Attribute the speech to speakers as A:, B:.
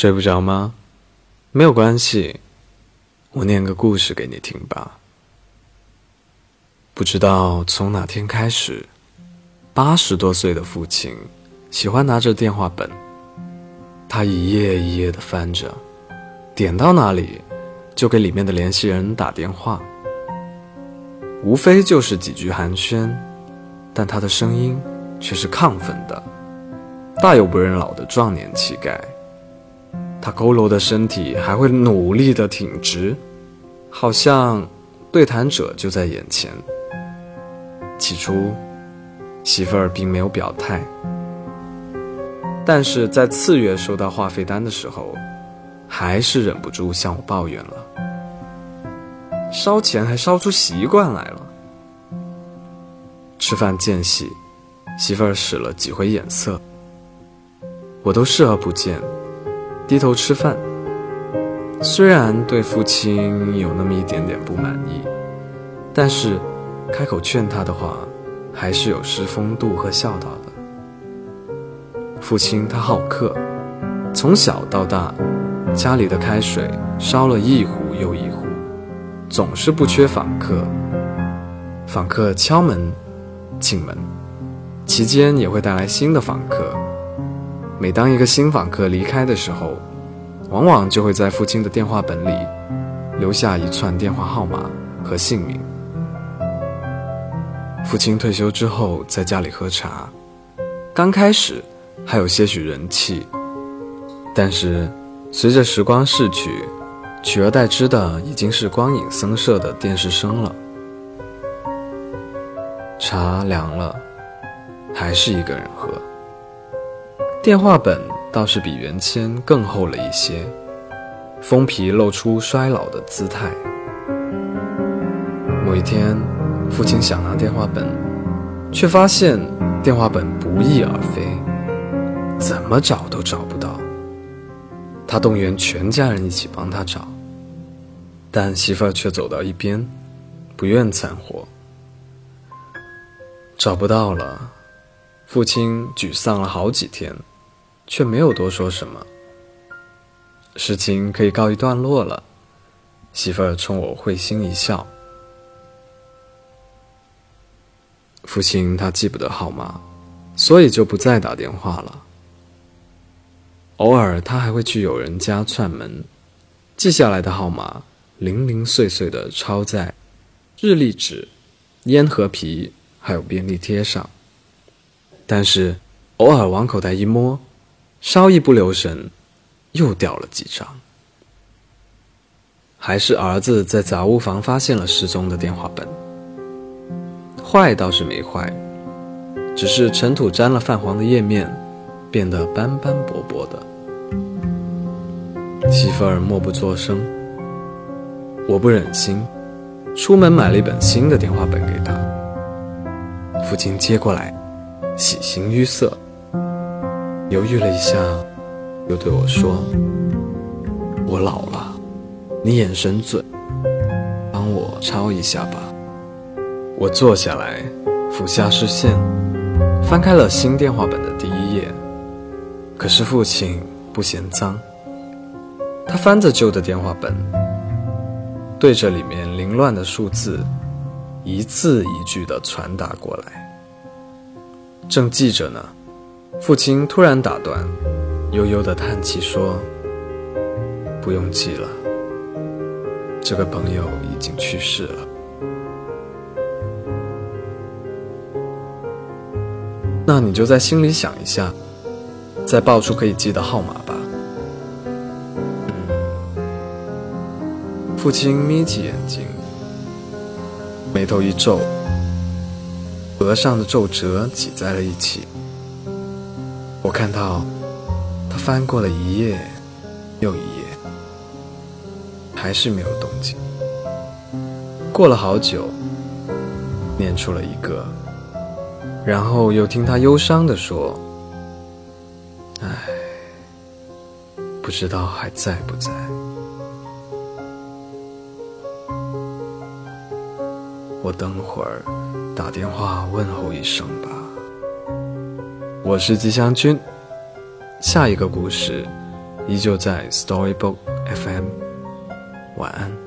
A: 睡不着吗？没有关系，我念个故事给你听吧。不知道从哪天开始，80多岁的父亲喜欢拿着电话本，他一页一页地翻着，点到哪里就给里面的联系人打电话，无非就是几句寒暄，但他的声音却是亢奋的，大有不认老的壮年气概。他佝偻的身体还会努力地挺直，好像对谈者就在眼前。起初媳妇儿并没有表态，但是在次月收到话费单的时候，还是忍不住向我抱怨了，烧钱还烧出习惯来了。吃饭间隙，媳妇儿使了几回眼色，我都视而不见，低头吃饭。虽然对父亲有那么一点点不满意，但是开口劝他的话还是有失风度和孝道的。父亲他好客，从小到大家里的开水烧了一壶又一壶，总是不缺访客。访客敲门进门，期间也会带来新的访客。每当一个新访客离开的时候，往往就会在父亲的电话本里留下一串电话号码和姓名。父亲退休之后在家里喝茶，刚开始还有些许人气，但是随着时光逝去，取而代之的已经是光影森色的电视声了。茶凉了，还是一个人喝。电话本倒是比原签更厚了一些，封皮露出衰老的姿态。某一天，父亲想拿电话本，却发现电话本不翼而飞，怎么找都找不到。他动员全家人一起帮他找，但媳妇儿却走到一边，不愿掺和。找不到了，父亲沮丧了好几天，却没有多说什么。事情可以告一段落了，媳妇儿冲我会心一笑。父亲他记不得号码，所以就不再打电话了。偶尔他还会去友人家串门，记下来的号码零零碎碎地抄在日历纸、烟盒皮还有便利贴上，但是偶尔往口袋一摸，稍一不留神又掉了几张。还是儿子在杂物房发现了失踪的电话本，坏倒是没坏，只是尘土沾了泛黄的页面，变得斑斑驳驳的。媳妇儿默不作声，我不忍心，出门买了一本新的电话本给他。父亲接过来，喜形于色，犹豫了一下，又对我说：“我老了，你眼神准，帮我抄一下吧。”我坐下来，俯下视线，翻开了新电话本的第一页。可是父亲不嫌脏，他翻着旧的电话本，对着里面凌乱的数字，一字一句地传达过来。正记着呢，父亲突然打断，悠悠地叹气说：“不用记了，这个朋友已经去世了。”那你就在心里想一下，再报出可以记的号码吧。父亲眯起眼睛，眉头一皱，额上的皱褶挤在了一起。我看到他翻过了一页又一页，还是没有动静。过了好久，念出了一个，然后又听他忧伤地说：“唉，不知道还在不在。”我等会儿打电话问候一声吧。我是吉祥君，下一个故事依旧在 Storybook FM。晚安。